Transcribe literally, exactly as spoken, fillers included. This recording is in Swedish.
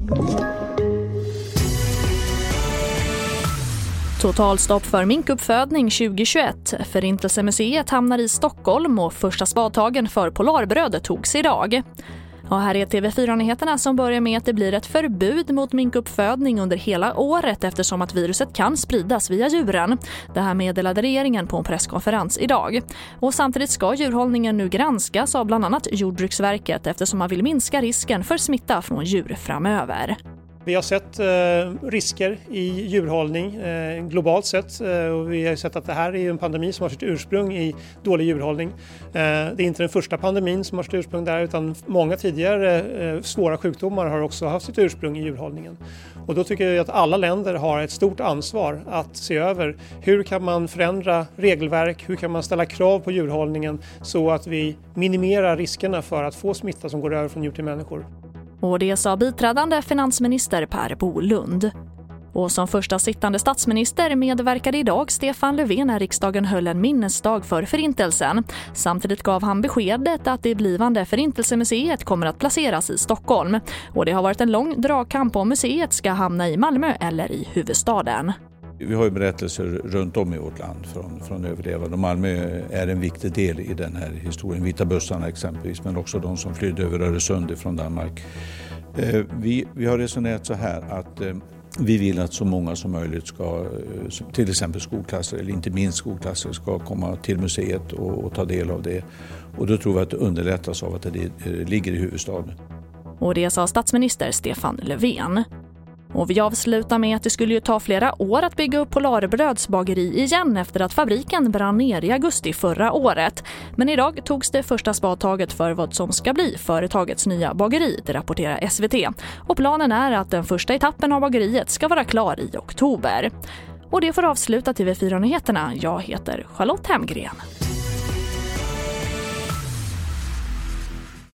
Totalstopp för minkuppfödning tjugohundratjugoett. Förintelsemuseet hamnar i Stockholm och första spadtagen för Polarbröd togs idag. Och här är T V fyra-nyheterna som börjar med att det blir ett förbud mot minkuppfödning under hela året eftersom att viruset kan spridas via djuren. Det här meddelade regeringen på en presskonferens idag. Och samtidigt ska djurhållningen nu granskas av bland annat Jordbruksverket eftersom man vill minska risken för smitta från djur framöver. Vi har sett eh, risker i djurhållning eh, globalt sett eh, och vi har sett att det här är en pandemi som har sitt ursprung i dålig djurhållning. Eh, det är inte den första pandemin som har sitt ursprung där utan många tidigare eh, svåra sjukdomar har också haft sitt ursprung i djurhållningen. Och då tycker jag att alla länder har ett stort ansvar att se över hur kan man förändra regelverk, hur kan man ställa krav på djurhållningen så att vi minimerar riskerna för att få smitta som går över från djur till människor. Och det sa biträdande finansminister Per Bolund. Och som första sittande statsminister medverkade idag Stefan Löfven när riksdagen höll en minnesdag för förintelsen. Samtidigt gav han beskedet att det blivande förintelsemuseet kommer att placeras i Stockholm. Och det har varit en lång dragkamp om museet ska hamna i Malmö eller i huvudstaden. Vi har ju berättelser runt om i vårt land från, från överlevande. Och Malmö är en viktig del i den här historien. Vita bussarna exempelvis, men också de som flydde över Öresund från Danmark. Eh, vi, vi har resonerat så här att eh, vi vill att så många som möjligt ska, till exempel skolklasser eller inte minst skolklasser, ska komma till museet och, och ta del av det. Och då tror vi att det underlättas av att det eh, ligger i huvudstaden. Och det sa statsminister Stefan Löfven. Och vi avslutar med att det skulle ju ta flera år att bygga upp Polarbröds bageri igen efter att fabriken brann ner i augusti förra året. Men idag togs det första spadtaget för vad som ska bli företagets nya bageri, det rapporterar S V T. Och planen är att den första etappen av bageriet ska vara klar i oktober. Och det får avsluta T V fyra-nyheterna. Jag heter Charlotte Hemgren.